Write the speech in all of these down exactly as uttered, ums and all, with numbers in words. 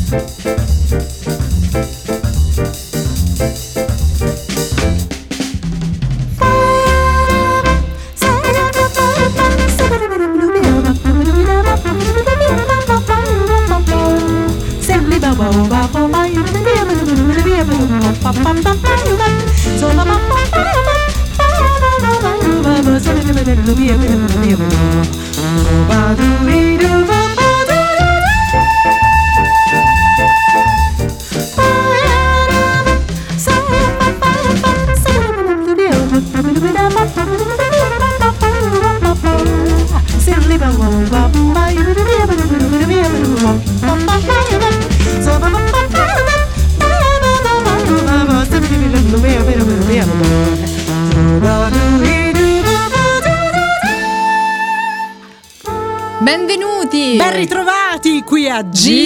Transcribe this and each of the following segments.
Benvenuti! Ben ritrovati qui a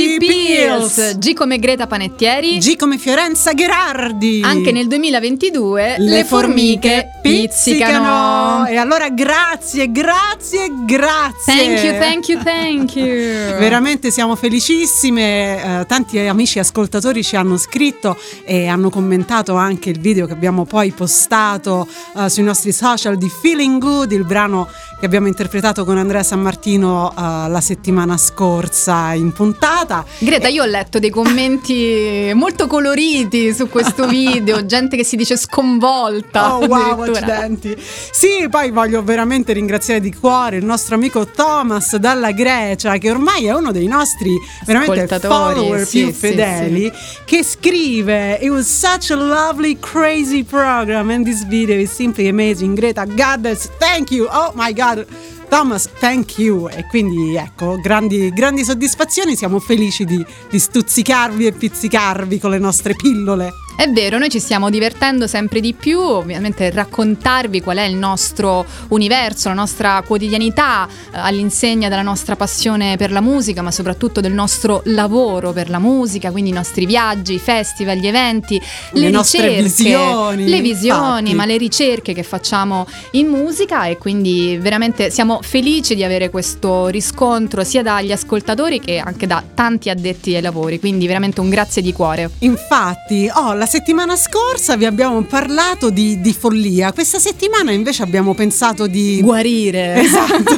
G-Pills! G come Greta Panettieri, G come Fiorenza Gherardi. Anche nel duemilaventidue le, le formiche pizzicano. pizzicano. E allora grazie, grazie, grazie. Thank you, thank you, thank you. Veramente siamo felicissime. Eh, tanti amici ascoltatori ci hanno scritto e hanno commentato anche il video che abbiamo poi postato eh, sui nostri social di Feeling Good, il brano che abbiamo interpretato con Andrea San Martino uh, la settimana scorsa in puntata. Greta, io ho letto dei commenti molto coloriti su questo video, gente che si dice sconvolta. Oh wow, accidenti. Sì, poi voglio veramente ringraziare di cuore il nostro amico Thomas dalla Grecia, che ormai è uno dei nostri veramente follower sì, più sì, fedeli, sì. che scrive: "It was such a lovely crazy program and this video is simply amazing. Greta, God bless, thank you, oh my God Thomas, thank you." E quindi ecco, grandi, grandi soddisfazioni, siamo felici di, di stuzzicarvi e pizzicarvi con le nostre pillole. È vero, noi ci stiamo divertendo sempre di più, ovviamente raccontarvi qual è il nostro universo, la nostra quotidianità eh, all'insegna della nostra passione per la musica, ma soprattutto del nostro lavoro per la musica, quindi i nostri viaggi, i festival, gli eventi, le, le ricerche, nostre visioni, le visioni, infatti. ma le ricerche che facciamo in musica, e quindi veramente siamo felici di avere questo riscontro sia dagli ascoltatori che anche da tanti addetti ai lavori, quindi veramente un grazie di cuore. Infatti, oh, la settimana scorsa vi abbiamo parlato di, di follia, questa settimana invece abbiamo pensato di guarire. Esatto.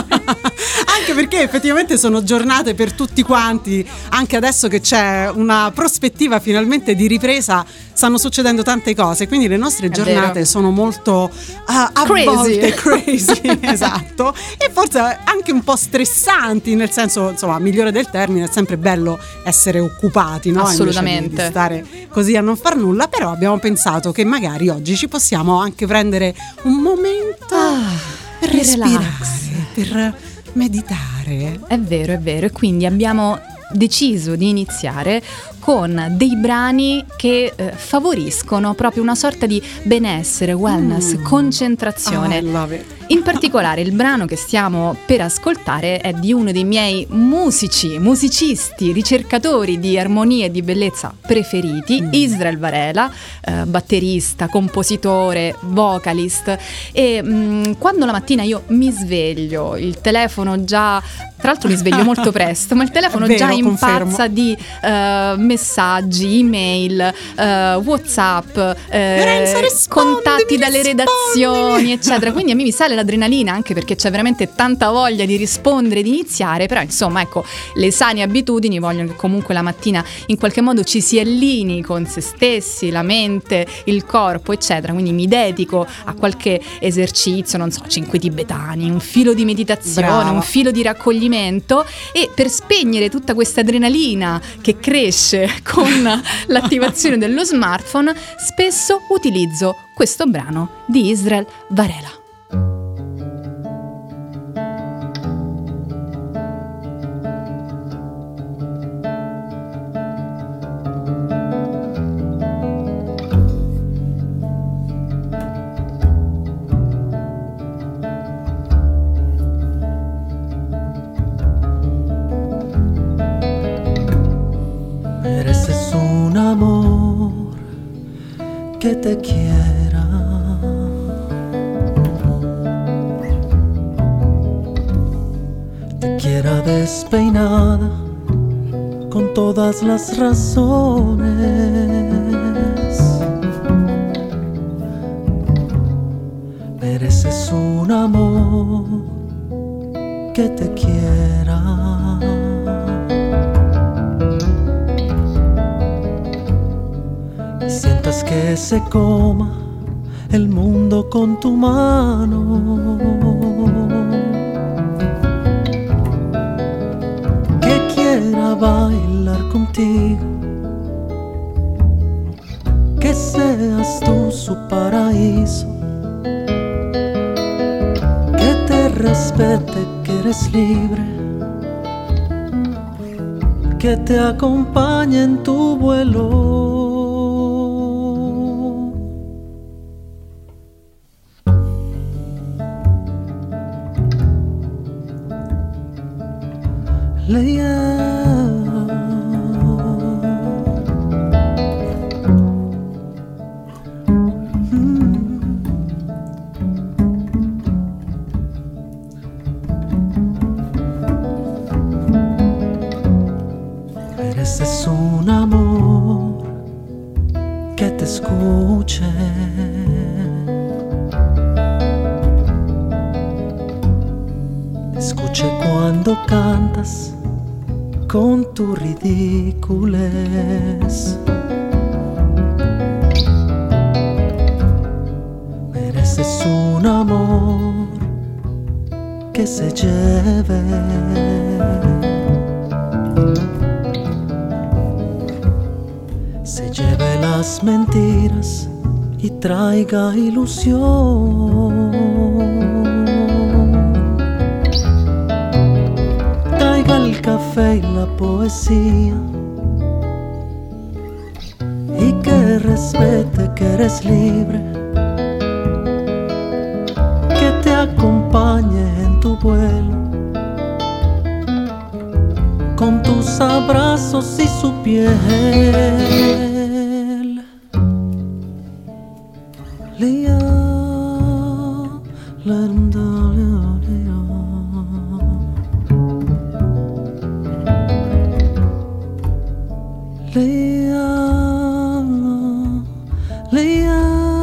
Anche perché effettivamente sono giornate per tutti quanti, anche adesso che c'è una prospettiva finalmente di ripresa, stanno succedendo tante cose, quindi le nostre giornate sono molto uh, a crazy. volte crazy, esatto, e forse anche un po' stressanti, nel senso, insomma, migliore del termine, è sempre bello essere occupati, no? Assolutamente. Invece di, di stare così a non far nulla, però abbiamo pensato che magari oggi ci possiamo anche prendere un momento ah, per respirare, per meditare. È vero, è vero, e quindi abbiamo deciso di iniziare con dei brani che eh, favoriscono proprio una sorta di benessere, wellness, mm. concentrazione. Oh, I love it. In particolare il brano che stiamo per ascoltare è di uno dei miei musici, musicisti, ricercatori di armonia e di bellezza preferiti, mm. Israel Varela, eh, batterista, compositore, vocalist, e mh, quando la mattina io mi sveglio, il telefono già, tra l'altro mi sveglio molto presto, ma il telefono vero, già impazza confermo. di uh, messaggi, email, uh, WhatsApp, uh, contatti dalle redazioni, eccetera. Quindi a me mi sale l'adrenalina, anche perché c'è veramente tanta voglia di rispondere, di iniziare, però insomma ecco, le sane abitudini vogliono che comunque la mattina in qualche modo ci si allinei con se stessi, la mente, il corpo, eccetera. Quindi mi dedico a qualche esercizio, non so, cinque tibetani, un filo di meditazione, Brava. un filo di raccoglimento, e per spegnere tutta questa adrenalina che cresce con l'attivazione dello smartphone, spesso utilizzo questo brano di Israel Varela. Mereces un amor que te quiera, te quiera despeinada con todas las razones. Mereces un amor que te quiera. Y sientas que se coma el mundo con tu mano. Que quiera bailar contigo, que seas tú su paraíso, que te respete que eres libre, que te acompañe en tu vuelo. Mereces un amor que te escuche, escuche cuando cantas con tu ridiculez. Mereces un amor que se lleve, se lleve las mentiras y traiga ilusión. Traiga el café y la poesía, y que respete que eres libre, que te acompañe en tu vuelo, con tus abrazos y su piel. Lea, lenda, lea, lea. Lea, lea.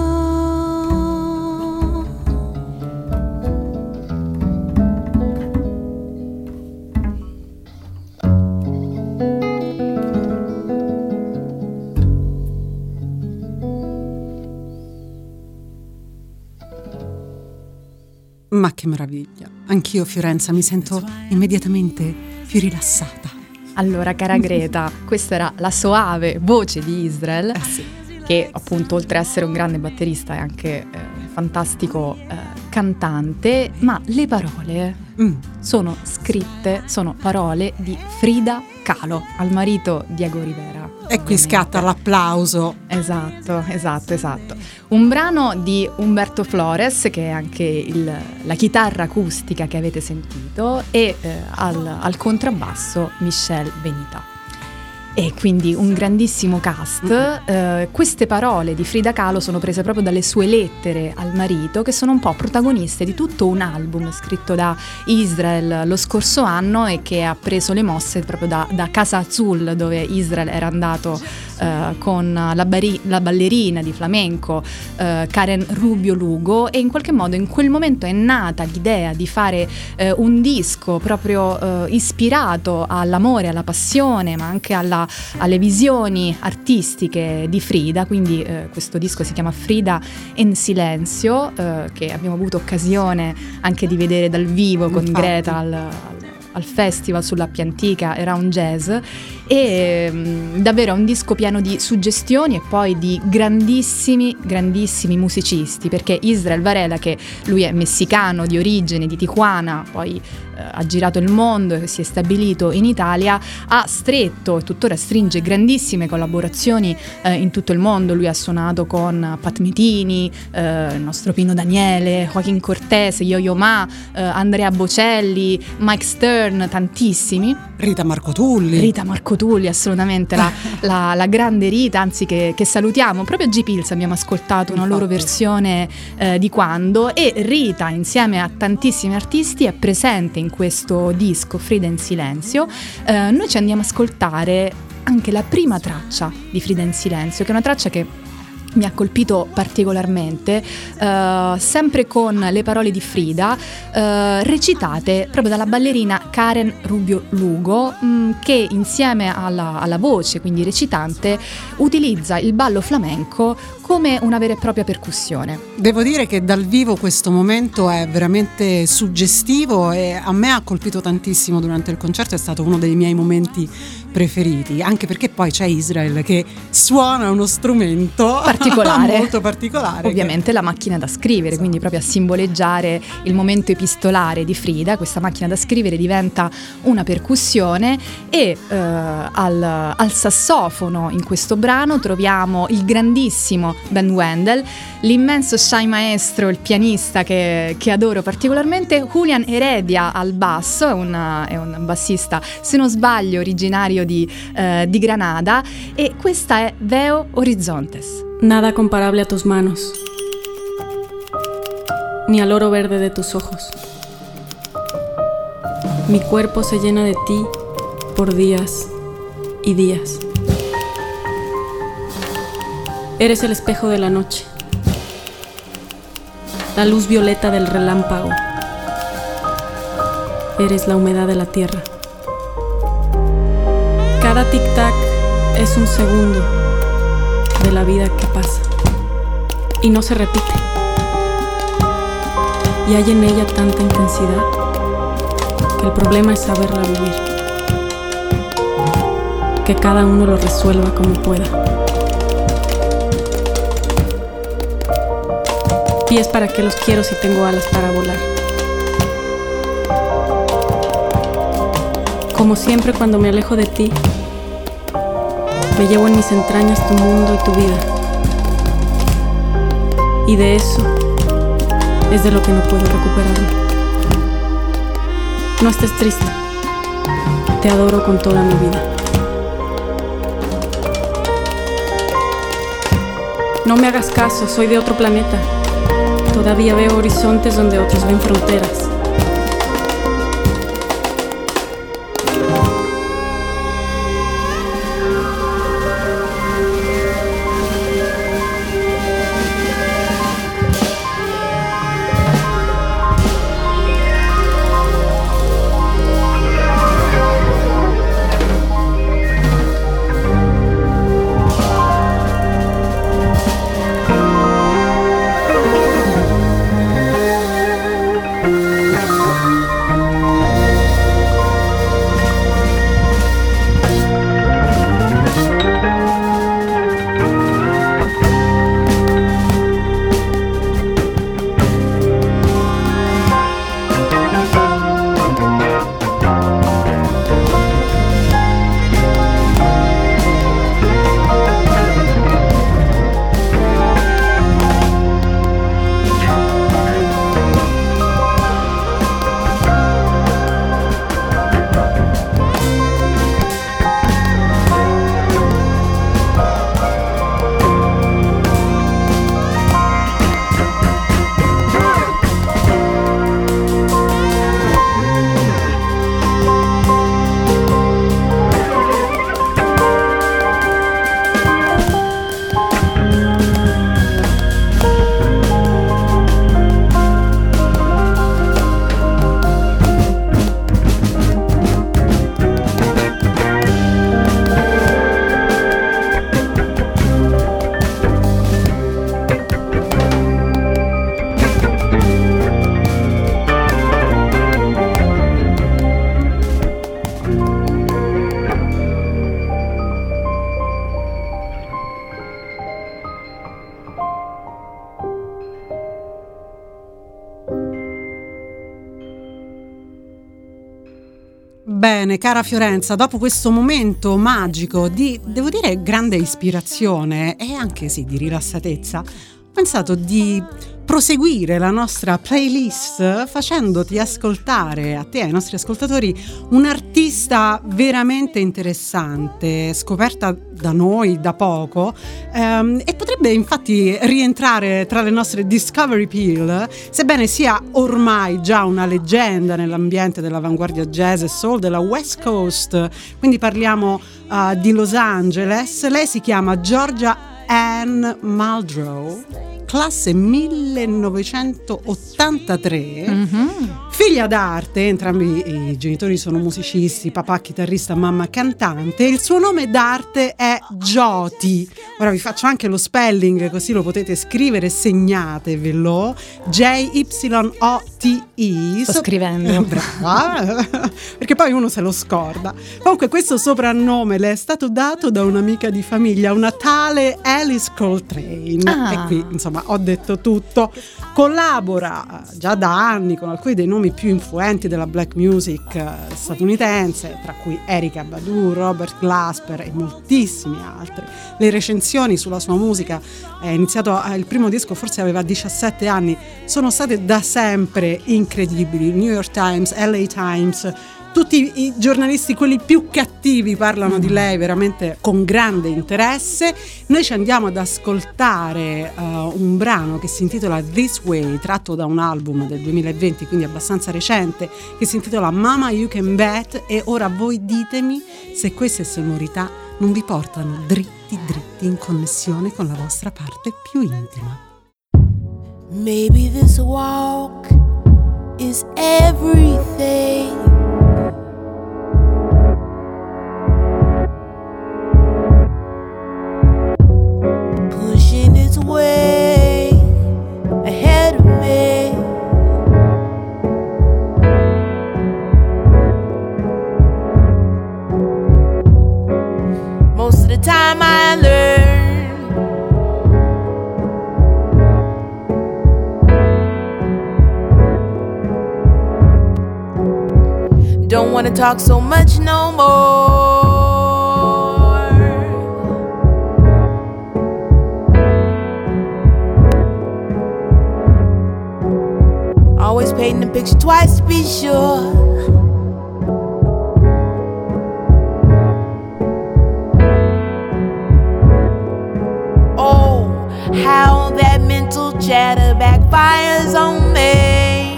Ma che meraviglia! Anch'io, Fiorenza, mi sento immediatamente più rilassata. Allora, cara Greta, questa era la soave voce di Israel, Eh sì. che appunto oltre a essere un grande batterista è anche eh, un fantastico eh, cantante, ma le parole Mm. sono scritte, sono parole di Frida Kahlo, al marito Diego Rivera. E qui ovviamente. scatta l'applauso. Esatto, esatto, esatto. Un brano di Humberto Flores, che è anche il, la chitarra acustica che avete sentito, e eh, al, al contrabbasso Michel Benita. E quindi un grandissimo cast. Eh, queste parole di Frida Kahlo sono prese proprio dalle sue lettere al marito, che sono un po' protagoniste di tutto un album scritto da Israel lo scorso anno e che ha preso le mosse proprio da, da Casa Azul, dove Israel era andato eh, con la, bari- la ballerina di flamenco eh, Karen Rubio Lugo, e in qualche modo in quel momento è nata l'idea di fare eh, un disco proprio eh, ispirato all'amore, alla passione, ma anche alla alle visioni artistiche di Frida. Quindi eh, questo disco si chiama Frida en Silenzio, eh, che abbiamo avuto occasione anche di vedere dal vivo con Infatti. Greta al, al, al festival sull'Appia Antica, era un jazz, e mh, davvero un disco pieno di suggestioni e poi di grandissimi grandissimi musicisti, perché Israel Varela, che lui è messicano di origine, di Tijuana, poi eh, ha girato il mondo e si è stabilito in Italia, ha stretto e tuttora stringe grandissime collaborazioni eh, in tutto il mondo. Lui ha suonato con Pat Metini, eh, il nostro Pino Daniele, Joaquin Cortez, Yo-Yo Ma, eh, Andrea Bocelli, Mike Stern, tantissimi. Rita Marco Tulli. Rita Marco Tulli, assolutamente, la, la, la grande Rita, anzi che, che salutiamo. Proprio a G-Pills abbiamo ascoltato una loro versione eh, di Quando, e Rita insieme a tantissimi artisti è presente in in questo disco Frida in silenzio. Eh, noi ci andiamo a ascoltare anche la prima traccia di Frida in silenzio, che è una traccia che mi ha colpito particolarmente, uh, sempre con le parole di Frida, uh, recitate proprio dalla ballerina Karen Rubio Lugo, mh, che insieme alla, alla voce, quindi recitante, utilizza il ballo flamenco come una vera e propria percussione. Devo dire che dal vivo questo momento è veramente suggestivo e a me ha colpito tantissimo durante il concerto, è stato uno dei miei momenti preferiti, anche perché poi c'è Israel che suona uno strumento particolare, molto particolare, ovviamente che... la macchina da scrivere, esatto. Quindi proprio a simboleggiare il momento epistolare di Frida, questa macchina da scrivere diventa una percussione e eh, al, al sassofono in questo brano troviamo il grandissimo Ben Wendell, l'immenso Shai Maestro, il pianista che, che adoro particolarmente, Julian Heredia al basso, è, una, è un bassista, se non sbaglio, originario di, eh, di Granada, e questa è Veo Horizontes. Nada comparable a tus manos, ni al oro verde de tus ojos. Mi cuerpo se llena de ti por días y días. Eres el espejo de la noche, la luz violeta del relámpago. Eres la humedad de la tierra. Cada tic-tac es un segundo de la vida que pasa y no se repite. Y hay en ella tanta intensidad que el problema es saberla vivir. Que cada uno lo resuelva como pueda. Pies, ¿para qué los quiero si tengo alas para volar? Como siempre, cuando me alejo de ti, me llevo en mis entrañas tu mundo y tu vida. Y de eso es de lo que no puedo recuperarme. No estés triste. Te adoro con toda mi vida. No me hagas caso, soy de otro planeta. Todavía veo horizontes donde otros ven fronteras. Bene, cara Fiorenza, dopo questo momento magico di, devo dire, grande ispirazione e anche sì di rilassatezza, pensato di proseguire la nostra playlist facendoti ascoltare a te, ai nostri ascoltatori, un'artista veramente interessante, scoperta da noi da poco, ehm, e potrebbe infatti rientrare tra le nostre Discovery Peel, sebbene sia ormai già una leggenda nell'ambiente dell'avanguardia jazz e soul della West Coast. Quindi parliamo uh, di Los Angeles. Lei si chiama Georgia Ann Muldrow, classe millenovecentottantatré, mm-hmm. figlia d'arte, entrambi i genitori sono musicisti, papà chitarrista, mamma cantante. Il suo nome d'arte è Joti. Ora vi faccio anche lo spelling, così lo potete scrivere, segnatevelo. J Y O T E. Sto scrivendo. Brava, perché poi uno se lo scorda. Comunque questo soprannome le è stato dato da un'amica di famiglia, una tale Alice Coltrane. Ah. E qui, insomma, ho detto tutto. Collabora già da anni con alcuni dei nomi più influenti della black music statunitense, tra cui Erykah Badu, Robert Glasper e moltissimi altri. Le recensioni sulla sua musica, è iniziato il primo disco, forse aveva diciassette anni, sono state da sempre incredibili. New York Times, L A Times, tutti i giornalisti, quelli più cattivi, parlano mm. di lei veramente con grande interesse. Noi ci andiamo ad ascoltare uh, un brano che si intitola This Way, tratto da un album del duemilaventi, quindi abbastanza recente, che si intitola Mama You Can Bet. E ora voi ditemi se queste sonorità non vi portano dritti dritti in connessione con la vostra parte più intima. Maybe this walk is everything. Pushing its way ahead of me. Most of the time I learn. Don't wanna talk so much no more. Always painting the picture twice to be sure. Oh, how that mental chatter backfires on me.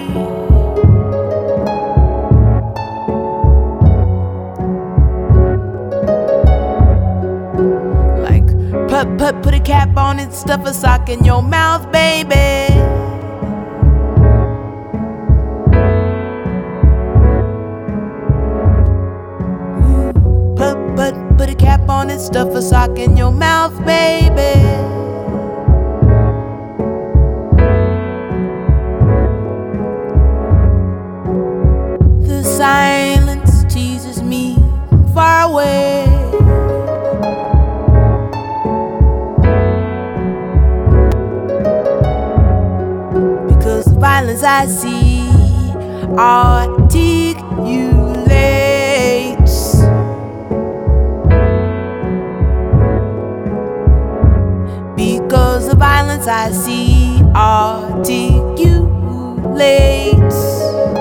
Put, put, put a cap on it, stuff a sock in your mouth, baby. Put, put, put a cap on it, stuff a sock in your mouth, baby. The silence teases me from far away. Violence I see articulates. Because the violence I see articulates.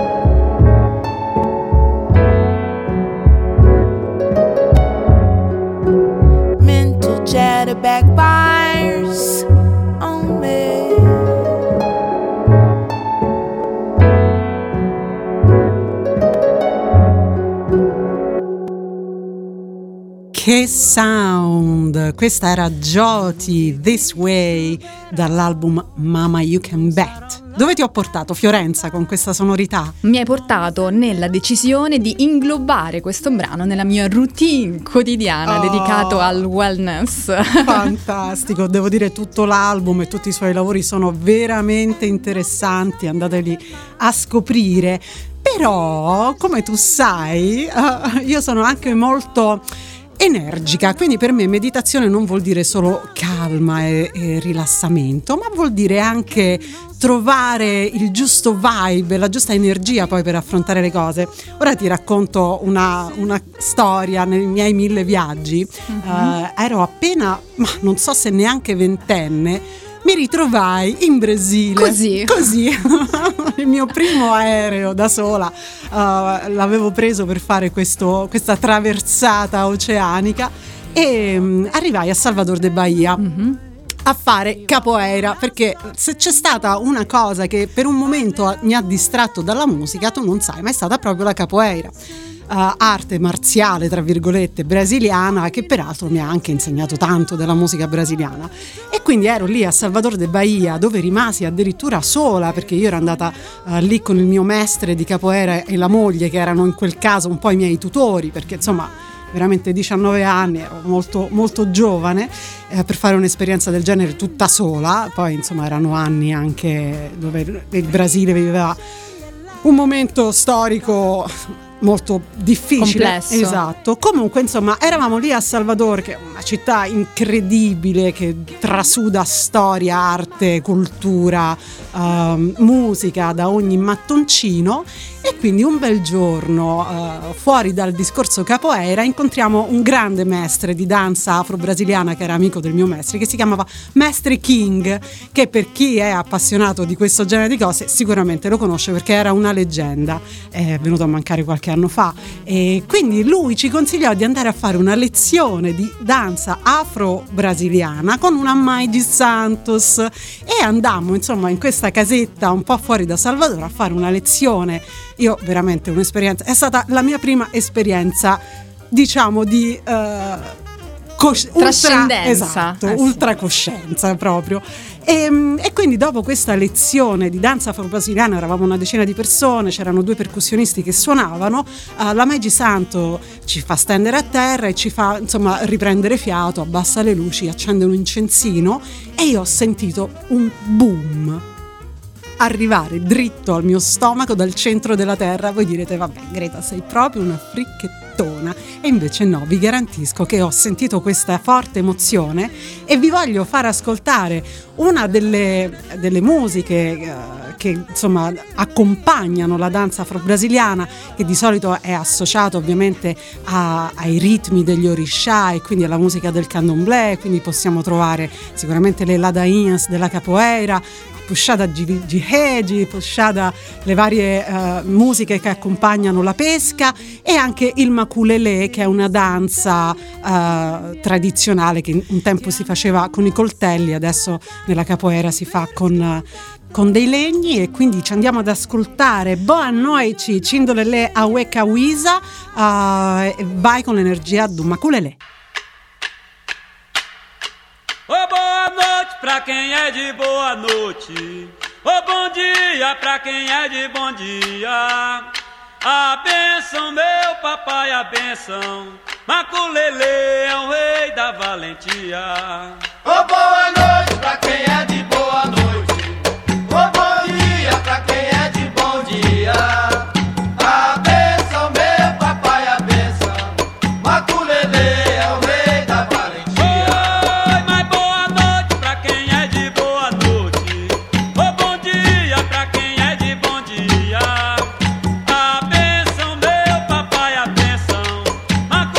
Mental chatter backfires on me. Che sound! Questa era Joti, This Way, dall'album Mama You Can Bet. Dove ti ho portato, Fiorenza, con questa sonorità? Mi hai portato nella decisione di inglobare questo brano nella mia routine quotidiana, oh, dedicato al wellness. Fantastico, devo dire tutto l'album e tutti i suoi lavori sono veramente interessanti, andateli a scoprire. Però, come tu sai, uh, io sono anche molto energica, quindi per me meditazione non vuol dire solo calma e, e rilassamento, ma vuol dire anche trovare il giusto vibe, la giusta energia poi per affrontare le cose. Ora ti racconto una, una storia nei miei mille viaggi. Mm-hmm. Uh, ero appena, ma non so se neanche ventenne, mi mi ritrovai in Brasile. Così. Così. Il mio primo aereo da sola uh, l'avevo preso per fare questo, questa traversata oceanica e um, arrivai a Salvador de Bahia. Mm-hmm. A fare capoeira, perché se c'è stata una cosa che per un momento mi ha distratto dalla musica, tu non sai, ma è stata proprio la capoeira. Uh, arte marziale tra virgolette brasiliana, che peraltro mi ha anche insegnato tanto della musica brasiliana, e quindi ero lì a Salvador de Bahia, dove rimasi addirittura sola, perché io ero andata uh, lì con il mio mestre di capoeira e la moglie, che erano in quel caso un po' i miei tutori, perché insomma veramente diciannove anni, ero molto, molto giovane eh, per fare un'esperienza del genere tutta sola. Poi insomma erano anni anche dove il Brasile viveva un momento storico molto difficile, complesso. Esatto. Comunque insomma eravamo lì a Salvador, che è una città incredibile, che trasuda storia, arte, cultura, uh, musica da ogni mattoncino. E quindi un bel giorno, uh, fuori dal discorso capoeira, incontriamo un grande mestre di danza afro-brasiliana che era amico del mio mestre, che si chiamava Mestre King, che per chi è appassionato di questo genere di cose sicuramente lo conosce, perché era una leggenda, è venuto a mancare qualche anno fa, e quindi lui ci consigliò di andare a fare una lezione di danza afro-brasiliana con una Maigi Santos, e andammo insomma in questa casetta un po' fuori da Salvador a fare una lezione. Io veramente un'esperienza, è stata la mia prima esperienza, diciamo, di uh, cosci- trascendenza, ultra, esatto, eh sì. ultracoscienza proprio. E, e quindi dopo questa lezione di danza afro-brasiliana, eravamo una decina di persone, c'erano due percussionisti che suonavano, uh, la Maigi Santo ci fa stendere a terra e ci fa insomma riprendere fiato, abbassa le luci, accende un incensino, e io ho sentito un boom arrivare dritto al mio stomaco dal centro della terra. Voi direte, vabbè Greta, sei proprio una fricchettona, e invece no, vi garantisco che ho sentito questa forte emozione, e vi voglio far ascoltare una delle, delle musiche uh, che insomma accompagnano la danza afro-brasiliana, che di solito è associata ovviamente a, ai ritmi degli orixá e quindi alla musica del candomblé, quindi possiamo trovare sicuramente le ladainhas della capoeira, puxada jihad, puxada, le varie uh, musiche che accompagnano la pesca, e anche il maculelé, che è una danza uh, tradizionale che un tempo si faceva con i coltelli, adesso nella capoeira si fa con, uh, con dei legni. E quindi ci andiamo ad ascoltare Boa Noite, Cindolelé Aweka Wisa, uh, e vai con l'energia do maculelé. Ô, oh, boa noite pra quem é de boa noite. Ô, oh, bom dia pra quem é de bom dia. A bênção, meu papai, a bênção. Maculelê é o rei da valentia. Ô, oh, boa noite pra quem é de boa noite. Ô, oh, bom dia pra quem é de bom dia. A bênção, meu papai, a bênção. Maculelê é o rei da valentia.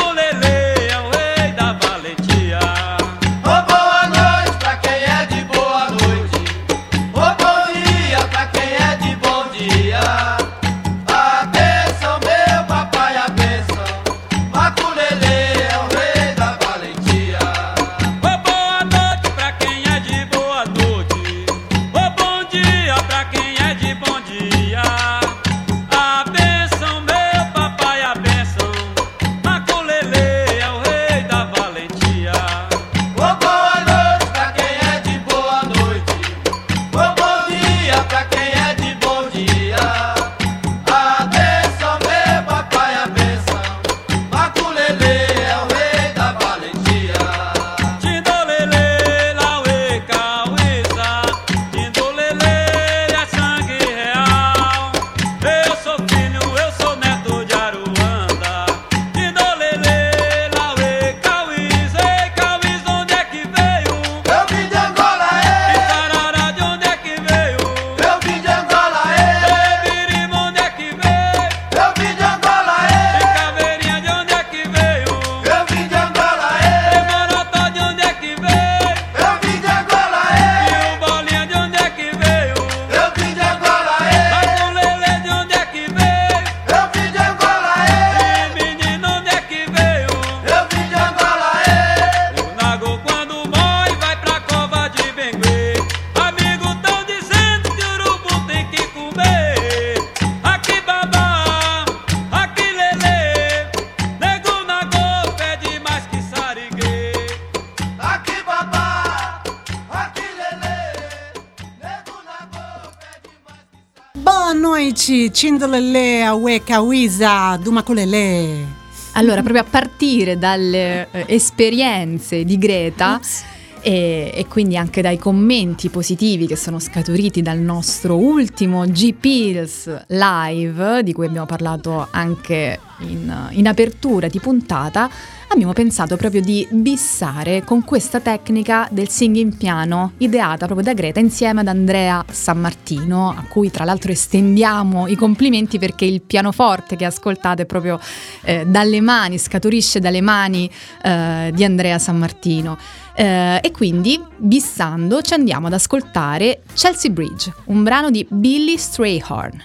Boa noite pra quem é de boa Noici, Cindolele, Aweka, Wisa, Dumacolele. Allora, proprio a partire dalle eh, esperienze di Greta e, e quindi anche dai commenti positivi che sono scaturiti dal nostro ultimo G-Pills live, di cui abbiamo parlato anche in, in apertura di puntata, abbiamo pensato proprio di bissare con questa tecnica del singing piano ideata proprio da Greta insieme ad Andrea Sammartino, a cui tra l'altro estendiamo i complimenti perché il pianoforte che ascoltate proprio eh, dalle mani, scaturisce dalle mani eh, di Andrea Sammartino. Eh, e quindi bissando ci andiamo ad ascoltare Chelsea Bridge, un brano di Billy Strayhorn.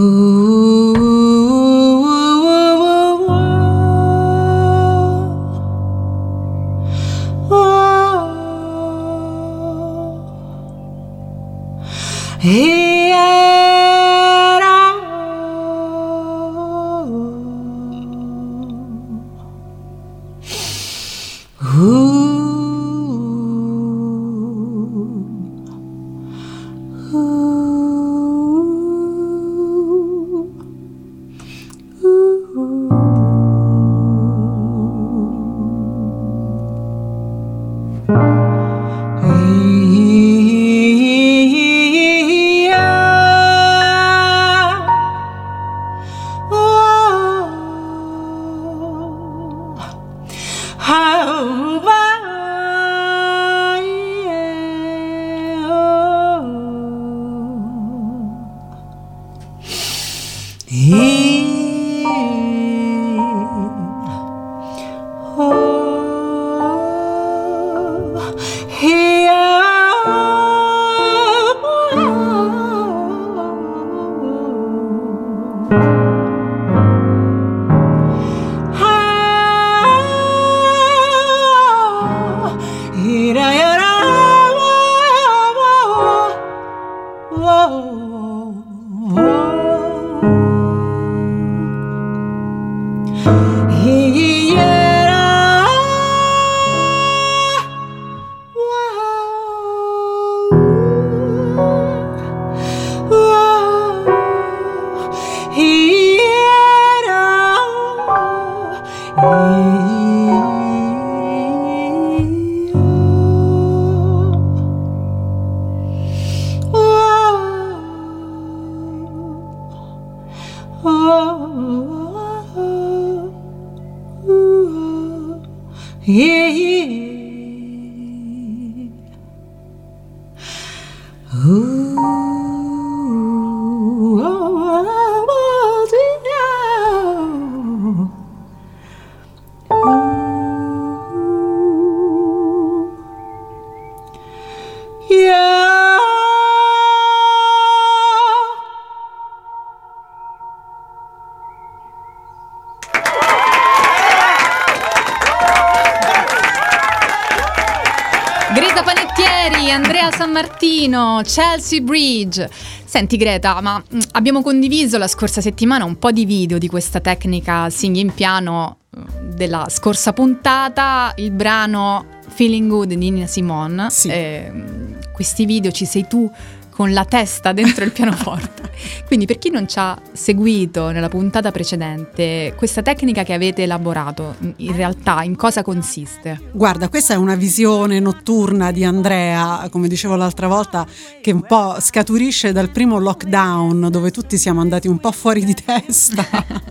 Sammartino, Chelsea Bridge. Senti Greta, ma mh, abbiamo condiviso la scorsa settimana un po' di video di questa tecnica singing piano della scorsa puntata, il brano Feeling Good di Nina Simone. Sì. Eh, questi video ci sei tu con la testa dentro il pianoforte. Quindi per chi non ci ha seguito nella puntata precedente, questa tecnica che avete elaborato, in realtà in cosa consiste? Guarda, questa è una visione notturna di Andrea, come dicevo l'altra volta, che un po' scaturisce dal primo lockdown, dove tutti siamo andati un po' fuori di testa.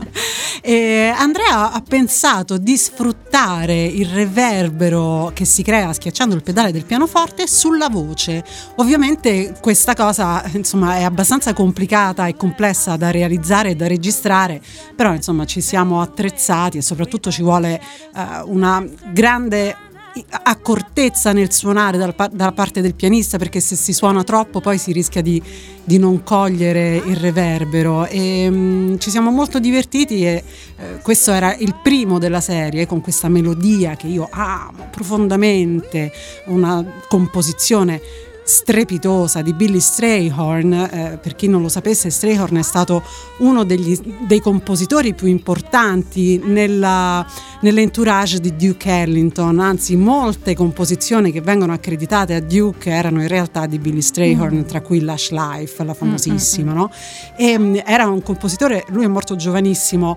E Andrea ha pensato di sfruttare il reverbero che si crea schiacciando il pedale del pianoforte sulla voce. Ovviamente questa cosa, insomma, è abbastanza complicata e complessa da realizzare e da registrare, però insomma ci siamo attrezzati e soprattutto ci vuole uh, una grande accortezza nel suonare dal, dalla parte del pianista, perché se si suona troppo poi si rischia di, di non cogliere il reverbero. E um, ci siamo molto divertiti e uh, questo era il primo della serie, con questa melodia che io amo profondamente, una composizione strepitosa di Billy Strayhorn. Eh, per chi non lo sapesse, Strayhorn è stato uno degli, dei compositori più importanti nella, nell'entourage di Duke Ellington, anzi molte composizioni che vengono accreditate a Duke erano in realtà di Billy Strayhorn, mm. tra cui Lush Life, la famosissima, mm-hmm. no? E um, era un compositore, lui è morto giovanissimo,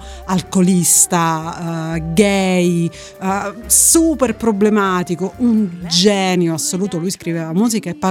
alcolista, uh, gay, uh, super problematico, un genio assoluto. Lui scriveva musica e parole,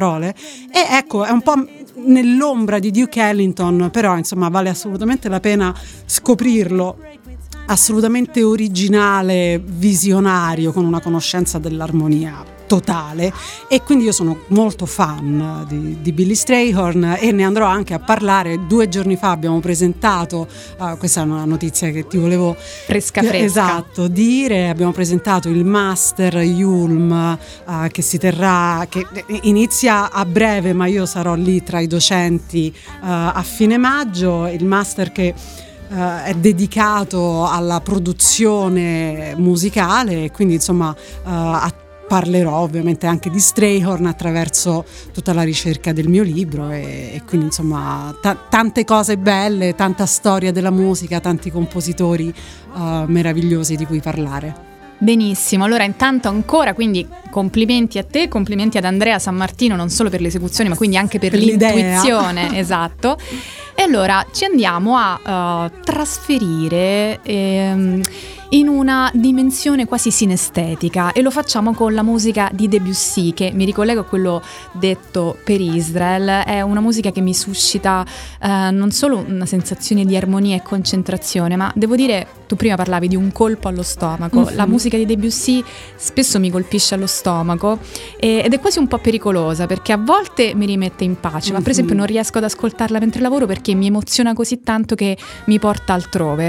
e ecco, è un po' nell'ombra di Duke Ellington, però insomma vale assolutamente la pena scoprirlo. Assolutamente originale, visionario, con una conoscenza dell'armonia totale, e quindi io sono molto fan di, di Billy Strayhorn, e ne andrò anche a parlare. Due giorni fa abbiamo presentato, uh, questa è una notizia che ti volevo fresca fresca esatto dire, abbiamo presentato il Master Yulm uh, che si terrà, che inizia a breve, ma io sarò lì tra i docenti uh, a fine maggio. Il Master che Uh, è dedicato alla produzione musicale, quindi insomma uh, a, parlerò ovviamente anche di Strayhorn attraverso tutta la ricerca del mio libro, e, e quindi insomma t- tante cose belle, tanta storia della musica, tanti compositori uh, meravigliosi di cui parlare. Benissimo, allora intanto ancora quindi complimenti a te, complimenti ad Andrea Sammartino, non solo per l'esecuzione ma quindi anche per, per l'intuizione. Esatto. E allora ci andiamo a uh, trasferire ehm, in una dimensione quasi sinestetica, e lo facciamo con la musica di Debussy, che mi ricollego a quello detto per Israel. È una musica che mi suscita eh, non solo una sensazione di armonia e concentrazione, ma devo dire, tu prima parlavi di un colpo allo stomaco. Mm-hmm. La musica di Debussy spesso mi colpisce allo stomaco, e, ed è quasi un po' pericolosa, perché a volte mi rimette in pace, mm-hmm. ma per esempio non riesco ad ascoltarla mentre lavoro perché mi emoziona così tanto che mi porta altrove.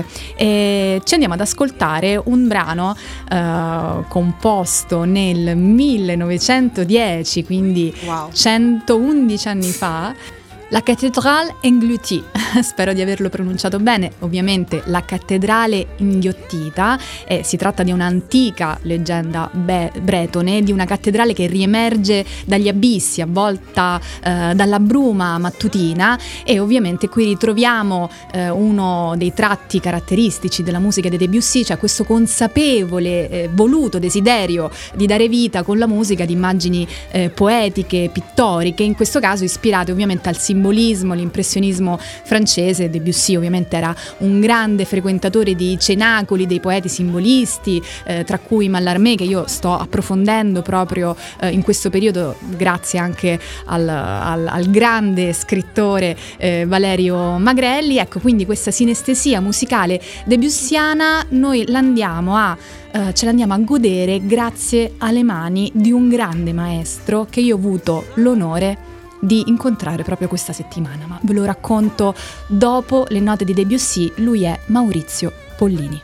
E ci andiamo ad ascoltare un brano uh, composto nel millenovecentodieci, quindi wow. centoundici anni fa, La Cathédrale Engloutie. Spero di averlo pronunciato bene. Ovviamente la cattedrale inghiottita, eh, si tratta di un'antica leggenda be- bretone, di una cattedrale che riemerge dagli abissi, avvolta eh, dalla bruma mattutina, e ovviamente qui ritroviamo eh, uno dei tratti caratteristici della musica di Debussy, cioè questo consapevole, eh, voluto desiderio di dare vita con la musica ad immagini eh, poetiche, pittoriche, in questo caso ispirate ovviamente al simbolismo, l'impressionismo francese. Debussy ovviamente era un grande frequentatore di cenacoli dei poeti simbolisti, eh, tra cui Mallarmé, che io sto approfondendo proprio eh, in questo periodo grazie anche al, al, al grande scrittore eh, Valerio Magrelli. Ecco, quindi questa sinestesia musicale debussiana noi l'andiamo a Uh, ce l'andiamo a godere grazie alle mani di un grande maestro che io ho avuto l'onore di incontrare proprio questa settimana, ma ve lo racconto dopo le note di Debussy. Lui è Maurizio Pollini.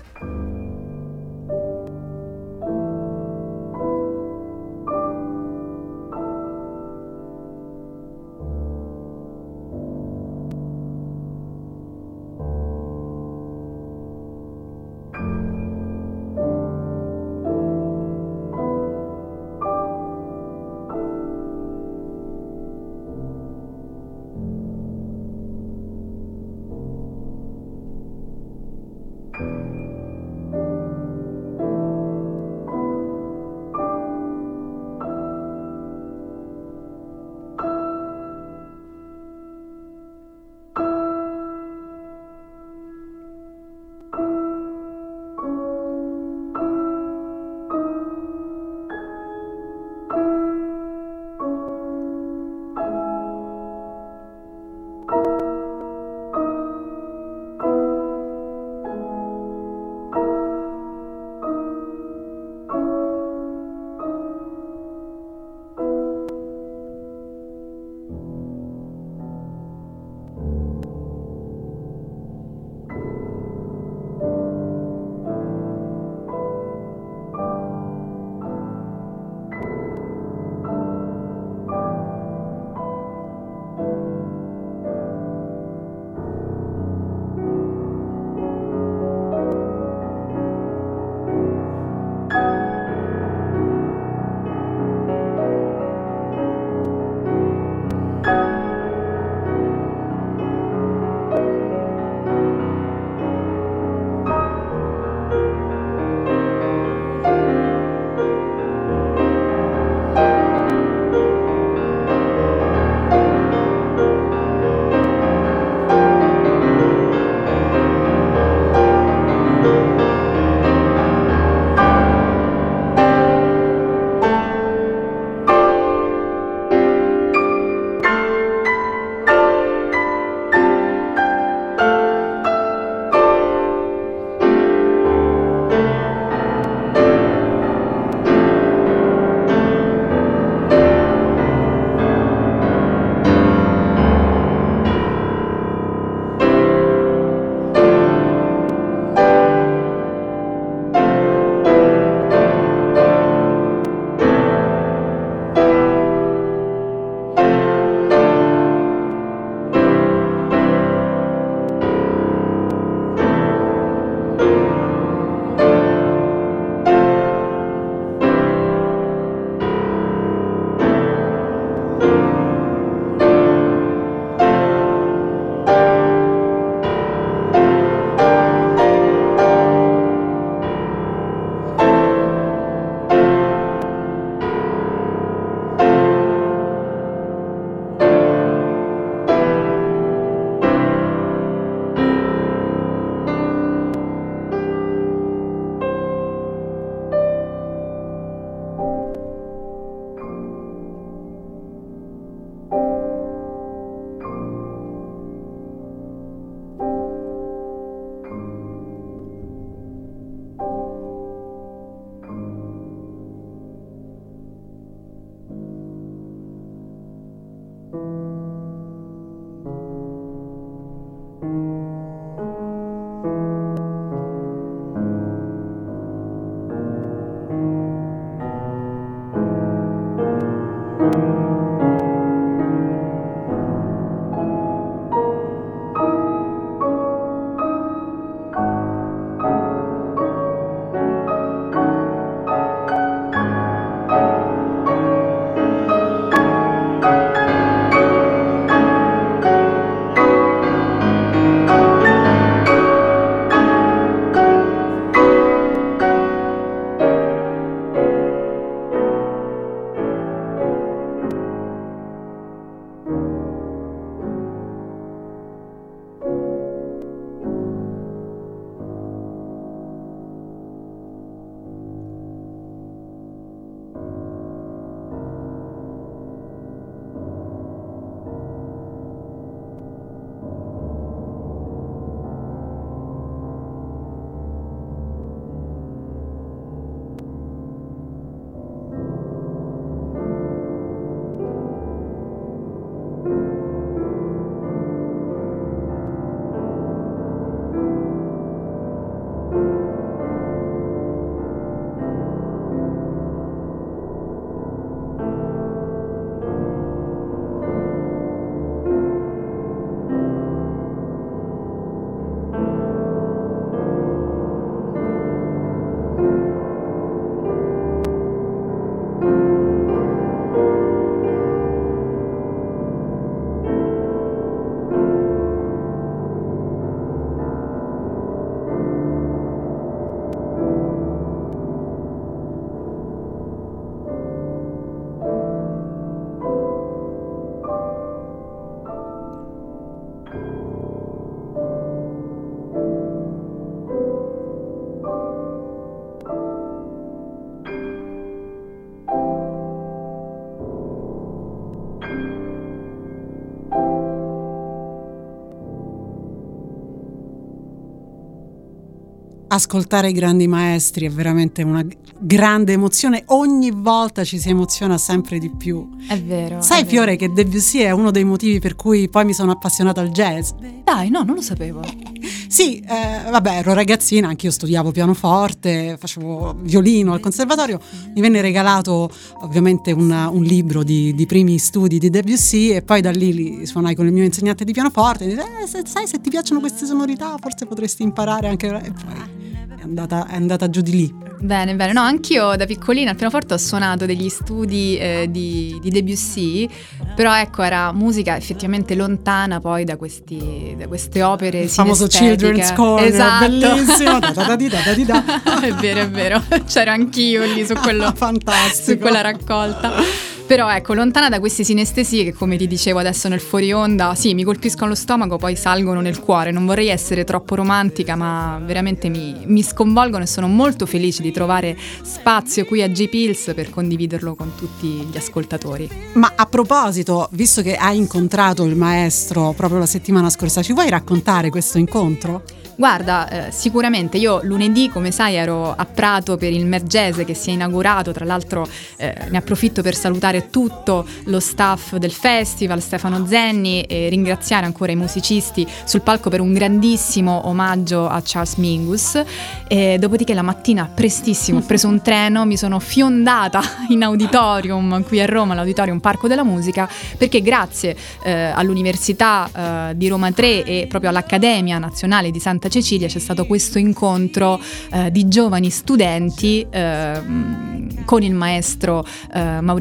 Ascoltare i grandi maestri è veramente una grande emozione, ogni volta ci si emoziona sempre di più. È vero. Sai, è Fiore, vero. che Debussy è uno dei motivi per cui poi mi sono appassionata al jazz? Dai, no, non lo sapevo. Sì, eh, vabbè, ero ragazzina, anche io studiavo pianoforte, facevo violino al conservatorio, mi venne regalato ovviamente un, un libro di, di primi studi di Debussy e poi da lì li suonai con il mio insegnante di pianoforte e mi disse, eh, se, sai, se ti piacciono queste sonorità forse potresti imparare anche... E poi è andata, è andata giù di lì. Bene, bene. No, anch'io da piccolina al pianoforte ho suonato degli studi eh, di, di Debussy, però ecco, era musica effettivamente lontana poi da, questi, da queste opere. Il famoso Children's Corner, esatto. Bellissimo. Da, da, da, da, da, da. È vero, è vero. C'ero anch'io lì su quello, fantastico, su quella raccolta. Però ecco, lontana da queste sinestesie che, come ti dicevo adesso nel fuori onda, sì, mi colpiscono lo stomaco, poi salgono nel cuore. Non vorrei essere troppo romantica, ma veramente mi, mi sconvolgono e sono molto felice di trovare spazio qui a J-Pills per condividerlo con tutti gli ascoltatori. Ma a proposito, visto che hai incontrato il maestro proprio la settimana scorsa, ci vuoi raccontare questo incontro? Guarda, eh, sicuramente io lunedì, come sai, ero a Prato per il Mergese che si è inaugurato. Tra l'altro eh, ne approfitto per salutare tutto lo staff del festival, Stefano Zenni, e ringraziare ancora i musicisti sul palco per un grandissimo omaggio a Charles Mingus. E dopodiché la mattina prestissimo ho preso un treno, mi sono fiondata in auditorium qui a Roma, l'Auditorium Parco della Musica, perché grazie eh, all'Università eh, di Roma tre e proprio all'Accademia Nazionale di Santa Cecilia c'è stato questo incontro eh, di giovani studenti eh, con il maestro eh, Maurizio Pollini,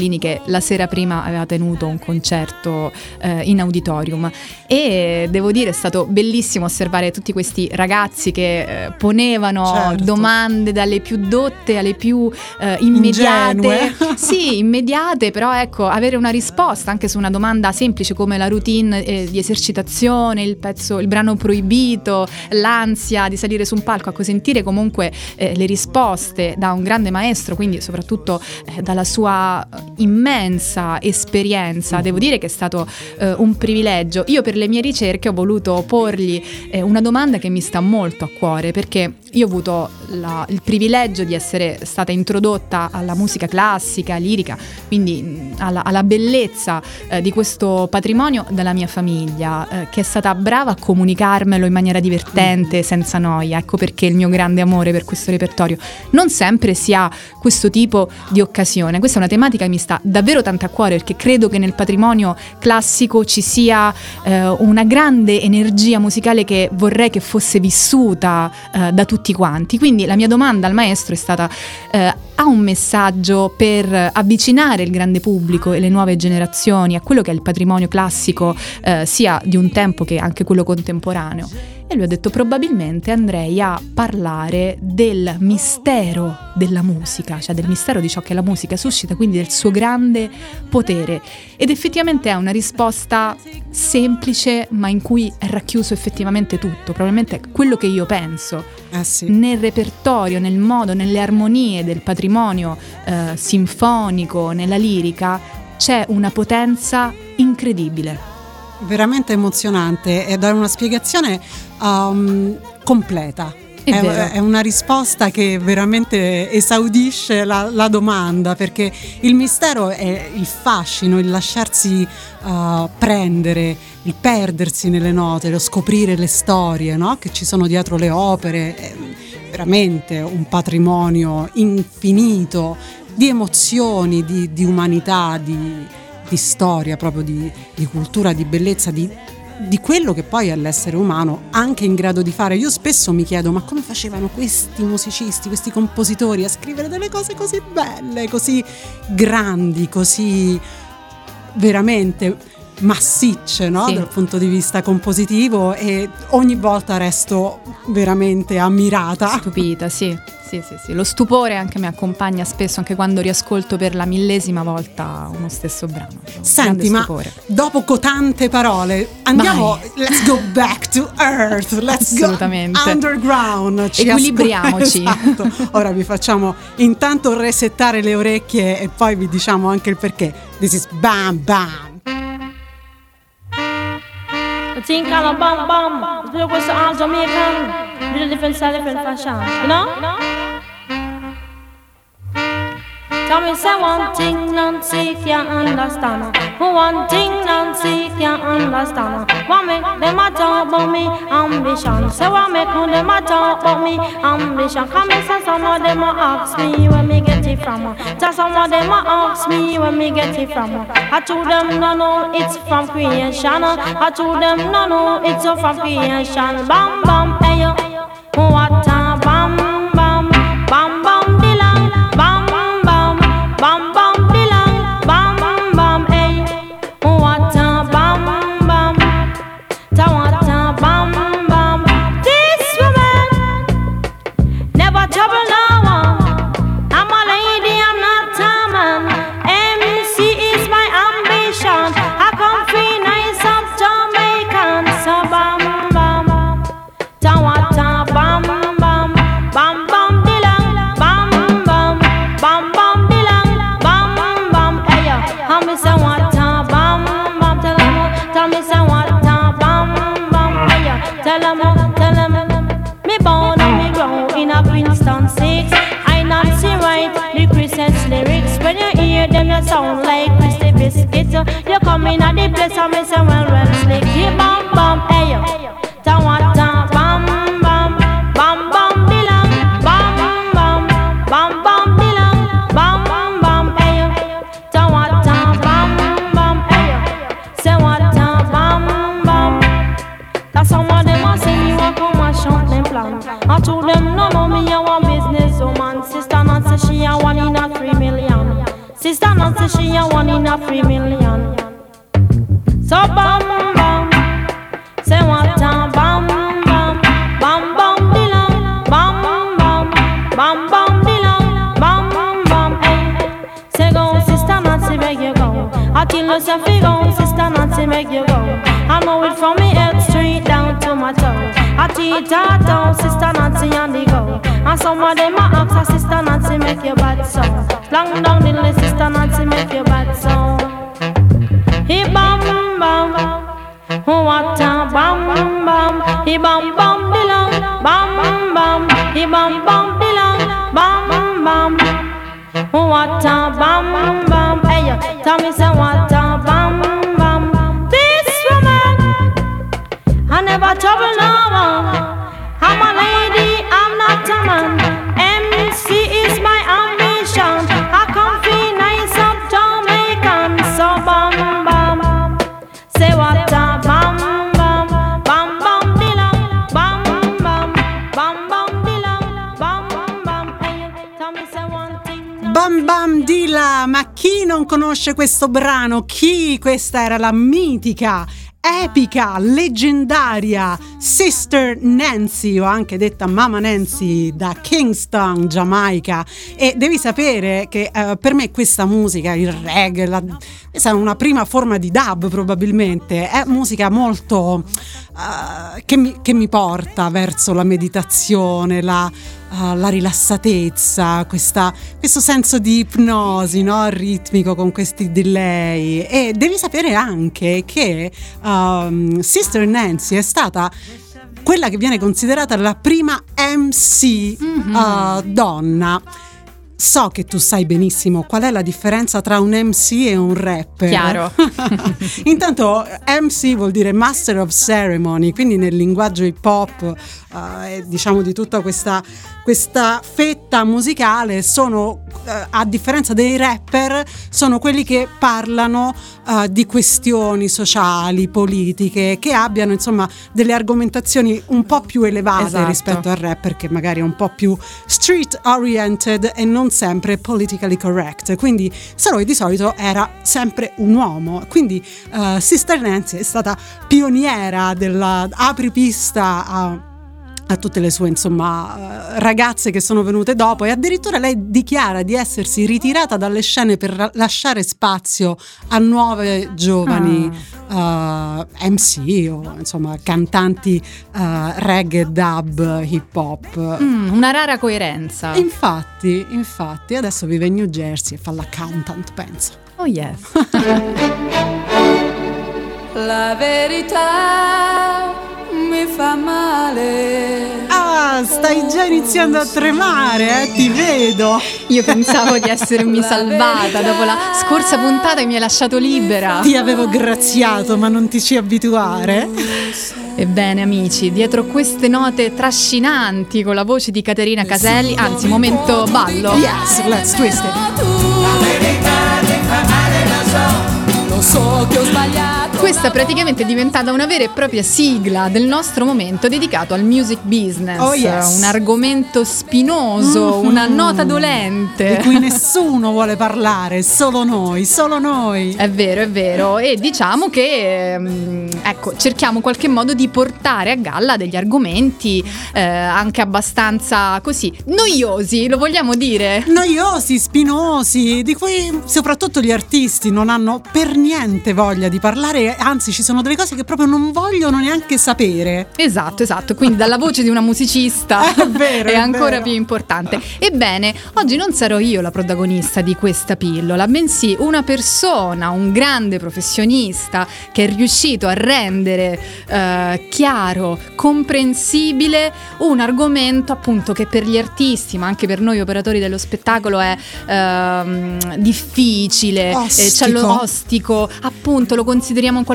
Baldini, che la sera prima aveva tenuto un concerto eh, in auditorium, e devo dire è stato bellissimo osservare tutti questi ragazzi che eh, ponevano certo. domande dalle più dotte alle più eh, immediate, sì, immediate, però ecco, avere una risposta anche su una domanda semplice come la routine eh, di esercitazione, il pezzo, il brano proibito, l'ansia di salire su un palco, ecco, sentire comunque eh, le risposte da un grande maestro, quindi soprattutto eh, dalla sua immensa esperienza, devo dire che è stato eh, un privilegio. Io per le mie ricerche ho voluto porgli eh, una domanda che mi sta molto a cuore, perché io ho avuto la, il privilegio di essere stata introdotta alla musica classica, lirica, quindi alla, alla bellezza eh, di questo patrimonio dalla mia famiglia, eh, che è stata brava a comunicarmelo in maniera divertente, senza noia. Ecco perché il mio grande amore per questo repertorio. Non sempre si ha questo tipo di occasione. Questa è una tematica che mi sta davvero tanto a cuore, perché credo che nel patrimonio classico ci sia eh, una grande energia musicale che vorrei che fosse vissuta eh, da tutti quanti. Quindi la mia domanda al maestro è stata: eh, ha un messaggio per avvicinare il grande pubblico e le nuove generazioni a quello che è il patrimonio classico, eh, sia di un tempo che anche quello contemporaneo? E lui ha detto: probabilmente andrei a parlare del mistero della musica, cioè del mistero di ciò che la musica suscita, quindi del suo grande potere. Ed effettivamente è una risposta semplice, ma in cui è racchiuso effettivamente tutto. Probabilmente è quello che io penso. Eh sì. Nel repertorio, nel modo, nelle armonie del patrimonio eh, sinfonico, nella lirica, c'è una potenza incredibile. Veramente emozionante, e dare una spiegazione um, completa. È, è, è una risposta che veramente esaudisce la, la domanda, perché il mistero è il fascino, il lasciarsi uh, prendere, il perdersi nelle note, lo scoprire le storie, no? Che ci sono dietro le opere. È veramente un patrimonio infinito di emozioni, di, di umanità, di di storia, proprio di, di cultura, di bellezza, di, di quello che poi è l'essere umano anche in grado di fare. Io spesso mi chiedo: ma come facevano questi musicisti, questi compositori a scrivere delle cose così belle, così grandi, così veramente massicce, no? Sì. Dal punto di vista compositivo, e ogni volta resto veramente ammirata, stupita, sì. Sì, sì, sì. Lo stupore anche mi accompagna spesso, anche quando riascolto per la millesima volta uno stesso brano. Senti, ma dopo tante parole andiamo, Vai. let's go back to earth, let's Assolutamente. go underground. Ci Equilibriamoci. Ascol- esatto. Ora vi facciamo intanto resettare le orecchie e poi vi diciamo anche il perché. This is Bam Bam. The thing called a bam bam. It's because all Jamaican do the different style, different fashion. You know? You know? Tell me, say one thing, Nancy can't understand. One thing, Nancy can't understand. What make them a talk about me ambition? Say what make them a talk about me ambition? Come and say some of them a ask me where me get it from. Tell some of them a ask me where me get it from. I told them no, no, it's from creation. I told them no, no, it's from creation. Bam, bam, hey yo, what a bam, bam, bam, bam, dilang, bam. Bam bam dilang, bam bam hey, what a bam bam, ta what a bam bam. This woman never trouble no one. I'm a lady, I'm not a man. M C is my ambition. I come free nice of Jamaican. So bam bam, ta what a bam bam, bam bam dilang, bam bam, bam bam. Tell me say what a bam bam, tell them, tell me say what a bam bam, yeah. Tell them, tell them, me born and me grow in a Princeton six. I Nancy write the Christmas lyrics. When you hear them, you sound like Christy Biscuit. You come in at the place and me say well well slick. Yeah, bam bam, hey yo. Tell what a bam bam, bam bam dilang, bam bam, bam bam dilang, bam bam, hey yo. Tell what. I told them no, no, me a one business woman. Sister Nancy, she a one in a three million. Sister Nancy, say she a one in a three million. So bam bam, say what a bam bam, bam bam dilang, bam bam, bam bam dilang, bam bam. Hey, say go sister Nancy, make you go. I tell you say fi go sister Nancy, make you go. I know it from me head straight down to my toe. I teach her down, sister Nancy on the go. And some of them a ask her, sister Nancy make your bad song. Long down the list, sister Nancy make your bad song. He bam bam, what a bam bam. He bam bam dilang, bam bam. He bam bam dilang, bam bam. What a bam bam. Hey, tell me say what a bam bam. This woman, I never trouble no one. I'm a lady, I'm not a man. M C is my ambition. I come feel nice up Jamaican. So bam bam, say what a bam bam, bam bam dilang, bam bam, bam bam dilang, bam bam. Hey, tell me say one thing. Bam bam dila, ma chi non conosce questo brano? Chi? Questa era la mitica, epica, leggendaria Sister Nancy, o anche detta Mama Nancy, da Kingston, Giamaica. E devi sapere che uh, per me questa musica, il reggae, la, questa è una prima forma di dub probabilmente, è musica molto uh, che, mi, che mi porta verso la meditazione, la, uh, la rilassatezza, questa, questo senso di ipnosi, no? Ritmico, con questi delay. E devi sapere anche che um, Sister Nancy è stata quella che viene considerata la prima M C mm-hmm. uh, donna. So che tu sai benissimo qual è la differenza tra un M C e un rapper. Chiaro. Intanto M C vuol dire Master of Ceremony, quindi nel linguaggio hip hop, uh, e diciamo di tutta questa, questa fetta musicale, sono, uh, a differenza dei rapper, sono quelli che parlano uh, di questioni sociali, politiche, che abbiano insomma delle argomentazioni un po' più elevate, esatto, rispetto al rapper che magari è un po' più street oriented e non sempre politically correct. Quindi Saroy di solito era sempre un uomo, quindi uh, Sister Nancy è stata pioniera della apripista a a tutte le sue insomma ragazze che sono venute dopo, e addirittura lei dichiara di essersi ritirata dalle scene per lasciare spazio a nuove giovani ah. uh, M C o insomma cantanti uh, reggae, dub, hip hop. Mm, una rara coerenza. Infatti, infatti adesso vive in New Jersey e fa l'accountant, penso. Oh yes. La verità mi fa male. Ah, stai già iniziando a tremare, eh? Ti vedo. Io pensavo di essermi salvata dopo la scorsa puntata che mi hai lasciato libera. Ti avevo graziato, ma non ti ci abituare. Ebbene amici, dietro queste note trascinanti con la voce di Caterina Caselli, anzi momento ballo. Yes, let's twist it. La verità mi fa male, lo so, lo so che ho sbagliato. Questa praticamente è diventata una vera e propria sigla del nostro momento dedicato al music business. Oh yes. Un argomento spinoso, mm-hmm. una nota dolente di cui nessuno vuole parlare, solo noi, solo noi. È vero, è vero. E diciamo che ecco, cerchiamo in qualche modo di portare a galla degli argomenti eh, anche abbastanza così noiosi, lo vogliamo dire? Noiosi, spinosi, di cui soprattutto gli artisti non hanno per niente voglia di parlare. Anzi, ci sono delle cose che proprio non vogliono neanche sapere. Esatto, esatto. Quindi dalla voce di una musicista è, vero, è, è ancora vero. più importante. Ebbene, oggi non sarò io la protagonista di questa pillola, bensì una persona, un grande professionista che è riuscito a rendere eh, chiaro, comprensibile un argomento appunto che per gli artisti, ma anche per noi operatori dello spettacolo è eh, difficile, ostico. Eh, cioè lo ostico, appunto lo consideriamo in qualche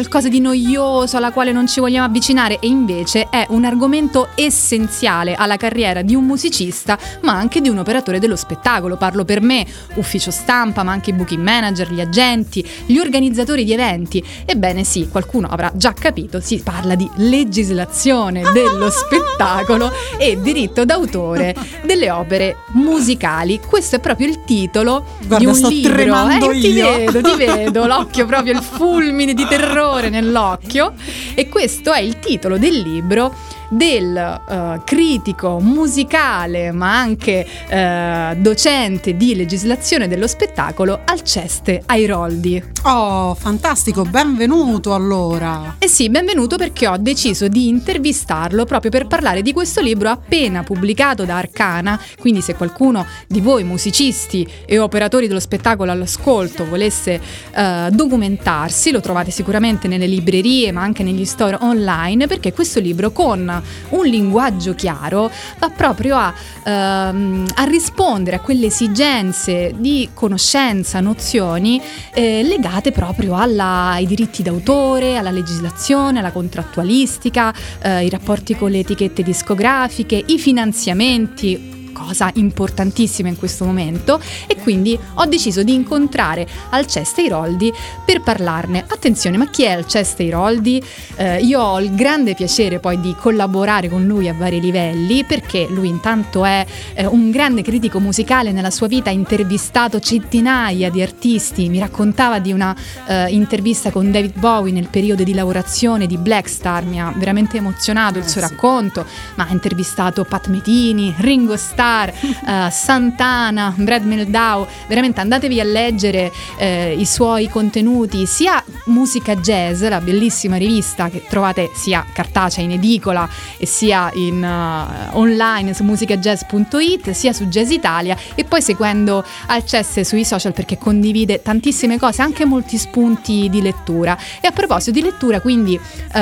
qualcosa di noioso alla quale non ci vogliamo avvicinare, e invece è un argomento essenziale alla carriera di un musicista, ma anche di un operatore dello spettacolo. Parlo per me, ufficio stampa, ma anche i booking manager, gli agenti, gli organizzatori di eventi. Ebbene sì, qualcuno avrà già capito, si parla di legislazione dello spettacolo e diritto d'autore delle opere musicali. Questo è proprio il titolo. Guarda, di un sto libro. tremando eh, io. Ti vedo, ti vedo, l'occhio proprio, il fulmine di terrore nell'occhio. E questo è il titolo del libro del uh, critico musicale, ma anche uh, docente di legislazione dello spettacolo, Alceste Airoldi. Oh, fantastico, benvenuto allora. Eh sì, benvenuto, perché ho deciso di intervistarlo proprio per parlare di questo libro appena pubblicato da Arcana. Quindi se qualcuno di voi musicisti e operatori dello spettacolo all'ascolto volesse uh, documentarsi, lo trovate sicuramente nelle librerie, ma anche negli store online, perché questo libro, con un linguaggio chiaro, va proprio a, ehm, a rispondere a quelle esigenze di conoscenza, nozioni eh, legate proprio alla, ai diritti d'autore, alla legislazione, alla contrattualistica, eh, i rapporti con le etichette discografiche, i finanziamenti, cosa importantissima in questo momento. E quindi ho deciso di incontrare Alceste Airoldi per parlarne. Attenzione, ma chi è Alceste Airoldi? Eh, io ho il grande piacere poi di collaborare con lui a vari livelli, perché lui intanto è eh, un grande critico musicale. Nella sua vita ha intervistato centinaia di artisti. Mi raccontava di una eh, intervista con David Bowie nel periodo di lavorazione di Black Star, mi ha veramente emozionato il suo eh, racconto, sì. Ma ha intervistato Pat Metheny, Ringo Starr, Uh, Santana, Brad Meldau. Veramente andatevi a leggere eh, i suoi contenuti, sia Musica Jazz, la bellissima rivista che trovate sia cartacea in edicola e sia in uh, online su musicajazz punto it, sia su Jazz Italia, e poi seguendo Alceste sui social, perché condivide tantissime cose, anche molti spunti di lettura. E a proposito di lettura, quindi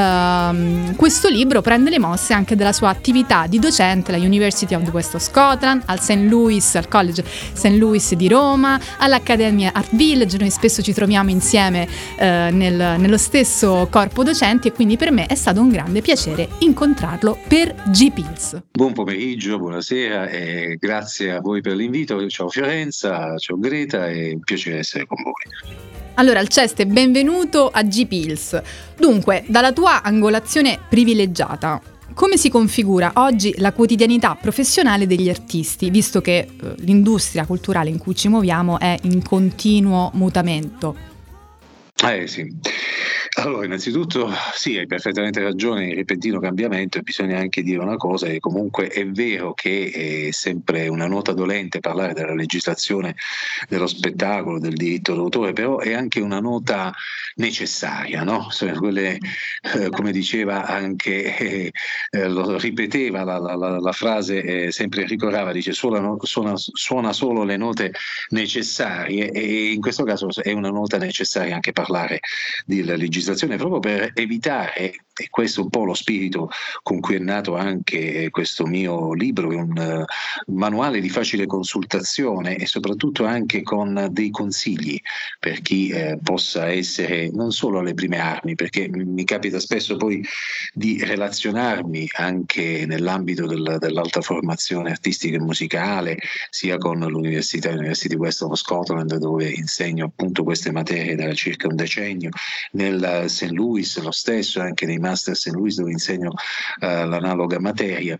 uh, questo libro prende le mosse anche della sua attività di docente alla University of the West of Scotland, al Saint Louis, al College Saint Louis di Roma, all'Accademia Art Village. Noi spesso ci troviamo insieme eh, nel, nello stesso corpo docenti, e quindi per me è stato un grande piacere incontrarlo per G-Pills. Buon pomeriggio, buonasera e grazie a voi per l'invito. Ciao Fiorenza, ciao Greta, è un piacere essere con voi. Allora Alceste, benvenuto a G-Pills. Dunque, dalla tua angolazione privilegiata, come si configura oggi la quotidianità professionale degli artisti, visto che eh, l'industria culturale in cui ci muoviamo è in continuo mutamento? Eh sì. Allora, innanzitutto sì, hai perfettamente ragione, il repentino cambiamento, e bisogna anche dire una cosa, che comunque è vero che è sempre una nota dolente parlare della legislazione dello spettacolo, del diritto d'autore, però è anche una nota necessaria, no? Cioè, quelle, eh, come diceva anche, eh, eh, lo ripeteva la, la, la, la frase eh, sempre Enrico Rava, dice suona, suona, suona solo le note necessarie, e in questo caso è una nota necessaria anche parlare di legislazione, proprio per evitare, e questo è un po' lo spirito con cui è nato anche questo mio libro, che è un uh, manuale di facile consultazione, e soprattutto anche con dei consigli per chi eh, possa essere non solo alle prime armi, perché mi capita spesso poi di relazionarmi anche nell'ambito del, dell'alta formazione artistica e musicale, sia con l'Università University West of Scotland, dove insegno appunto queste materie da circa un decennio, nel Saint Louis lo stesso, anche nei Master Saint Louis, dove insegno uh, l'analoga materia,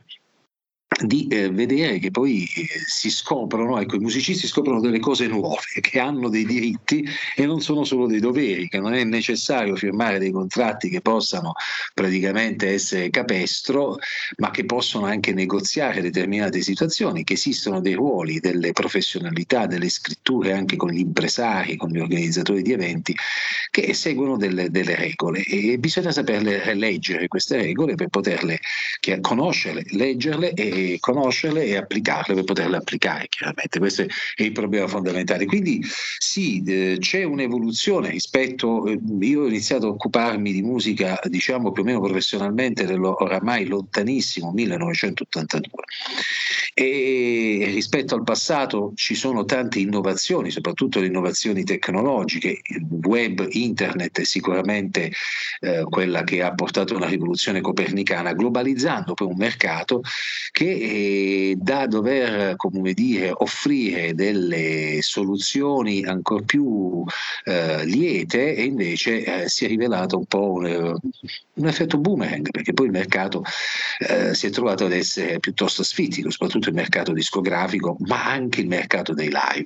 di eh, vedere che poi eh, si scoprono, ecco, i musicisti scoprono delle cose nuove, che hanno dei diritti e non sono solo dei doveri, che non è necessario firmare dei contratti che possano praticamente essere capestro, ma che possono anche negoziare determinate situazioni, che esistono dei ruoli, delle professionalità, delle scritture anche con gli impresari, con gli organizzatori di eventi, che seguono delle, delle regole, e bisogna saperle leggere queste regole per poterle conoscerle, leggerle e conoscerle e applicarle per poterle applicare, chiaramente. Questo è il problema fondamentale. Quindi sì, eh, c'è un'evoluzione rispetto, eh, io ho iniziato a occuparmi di musica, diciamo più o meno professionalmente, nello oramai lontanissimo millenovecentottantadue. E rispetto al passato ci sono tante innovazioni, soprattutto le innovazioni tecnologiche. Il web, internet è sicuramente eh, quella che ha portato una rivoluzione copernicana, globalizzando poi un mercato che eh, da dover, come dire, offrire delle soluzioni ancora più eh, liete, e invece eh, si è rivelato un po' un, un effetto boomerang, perché poi il mercato eh, si è trovato ad essere piuttosto asfittico, soprattutto il mercato discografico, ma anche il mercato dei live.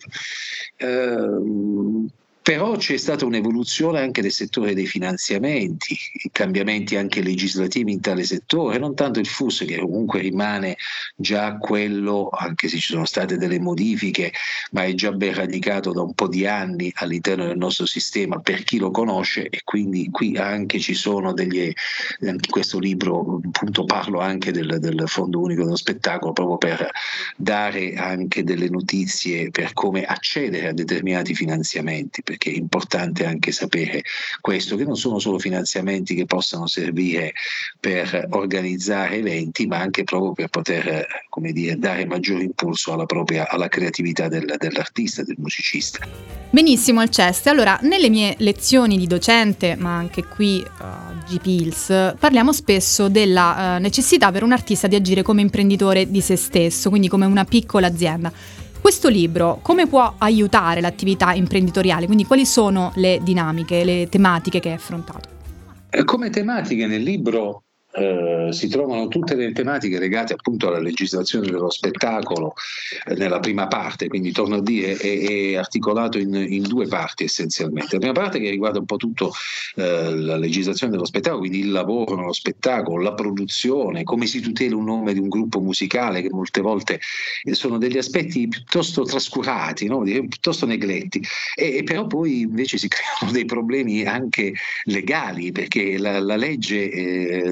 Eh, Però c'è stata un'evoluzione anche del settore dei finanziamenti, cambiamenti anche legislativi in tale settore, non tanto il F U S, che comunque rimane già quello, anche se ci sono state delle modifiche, ma è già ben radicato da un po' di anni all'interno del nostro sistema per chi lo conosce, e quindi qui anche ci sono degli, in questo libro appunto parlo anche del, del Fondo Unico dello Spettacolo, proprio per dare anche delle notizie per come accedere a determinati finanziamenti, perché è importante anche sapere questo, che non sono solo finanziamenti che possano servire per organizzare eventi, ma anche proprio per poter, come dire, dare maggiore impulso alla propria alla creatività del, dell'artista, del musicista. Benissimo, Alceste. Allora, nelle mie lezioni di docente, ma anche qui a uh, G-Pills, parliamo spesso della uh, necessità per un artista di agire come imprenditore di se stesso, quindi come una piccola azienda. Questo libro come può aiutare l'attività imprenditoriale? Quindi quali sono le dinamiche, le tematiche che hai affrontato? Come tematiche nel libro eh, si trovano tutte le tematiche legate appunto alla legislazione dello spettacolo eh, nella prima parte, quindi torno a dire è, è articolato in, in due parti essenzialmente. La prima parte che riguarda un po' tutto eh, la legislazione dello spettacolo, quindi il lavoro nello spettacolo, la produzione, come si tutela un nome di un gruppo musicale, che molte volte sono degli aspetti piuttosto trascurati, no? Piuttosto negletti, e, e però poi invece si creano dei problemi anche legali, perché la, la legge eh,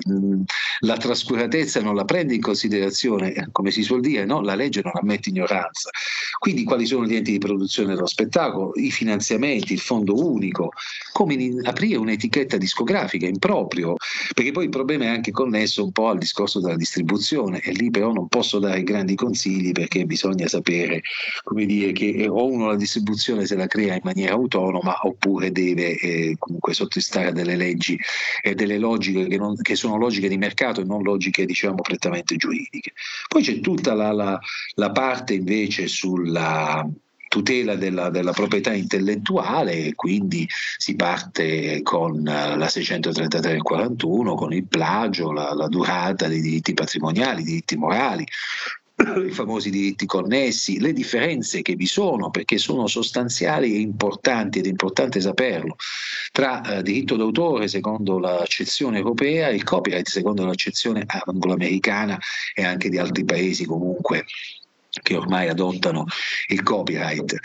la trascuratezza non la prende in considerazione, come si suol dire, no? La legge non ammette ignoranza. Quindi quali sono gli enti di produzione dello spettacolo, i finanziamenti, il fondo unico, come aprire un'etichetta discografica in proprio, perché poi il problema è anche connesso un po' al discorso della distribuzione, e lì però non posso dare grandi consigli, perché bisogna sapere, come dire, che o uno la distribuzione se la crea in maniera autonoma, oppure deve eh, comunque sottostare a delle leggi e delle logiche che, non, che sono logiche di mercato e non logiche, diciamo, prettamente giuridiche. Poi c'è tutta la, la, la parte invece sulla tutela della, della proprietà intellettuale, quindi si parte con la seicentotrentatré del quarantuno, con il plagio, la, la durata dei diritti patrimoniali, i diritti morali, i famosi diritti connessi, le differenze che vi sono, perché sono sostanziali e importanti, ed è importante saperlo, tra eh, diritto d'autore secondo l'accezione europea e il copyright secondo l'accezione anglo-americana e anche di altri paesi comunque che ormai adottano il copyright,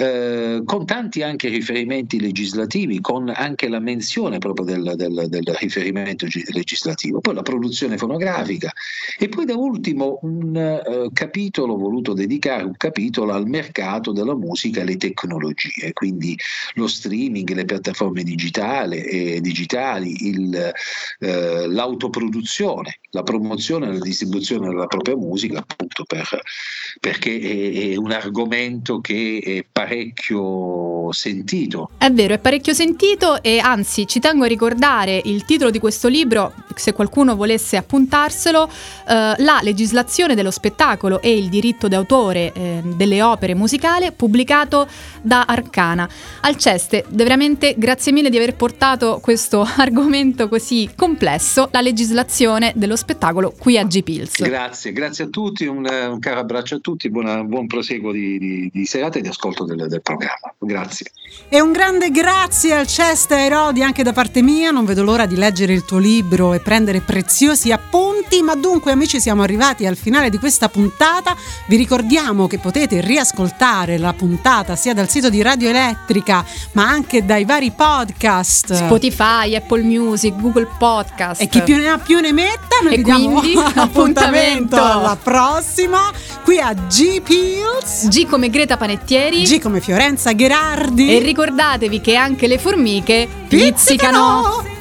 eh, con tanti anche riferimenti legislativi, con anche la menzione proprio del, del, del riferimento legislativo, poi la produzione fonografica, e poi da ultimo un uh, capitolo voluto dedicare un capitolo al mercato della musica e le tecnologie, quindi lo streaming, le piattaforme digitali, eh, digitali il, eh, l'autoproduzione, la promozione e la distribuzione della propria musica, appunto per perché è, è un argomento che è parecchio sentito. È vero, è parecchio sentito, e anzi ci tengo a ricordare il titolo di questo libro, se qualcuno volesse appuntarselo, eh, La legislazione dello spettacolo e il diritto d'autore eh, delle opere musicali, pubblicato da Arcana. Alceste, veramente grazie mille di aver portato questo argomento così complesso, la legislazione dello spettacolo, qui a G-Pills. Grazie, grazie a tutti, un, un caro abbraccio a tutti, buona, buon proseguo di, di, di serata e di ascolto del, del programma. Grazie. E un grande grazie Alceste Airodi anche da parte mia, non vedo l'ora di leggere il tuo libro e prendere preziosi appunti. Ma dunque amici, siamo arrivati al finale di questa puntata. Vi ricordiamo che potete riascoltare la puntata sia dal sito di Radio Elettrica ma anche dai vari podcast, Spotify, Apple Music, Google Podcast, e chi più ne ha più ne metta. Noi e vi diamo quindi appuntamento alla prossima qui a G-Pills. G come Greta Panettieri, G come Fiorenza Gherardi, e ricordatevi che anche le formiche pizzicano. pizzicano.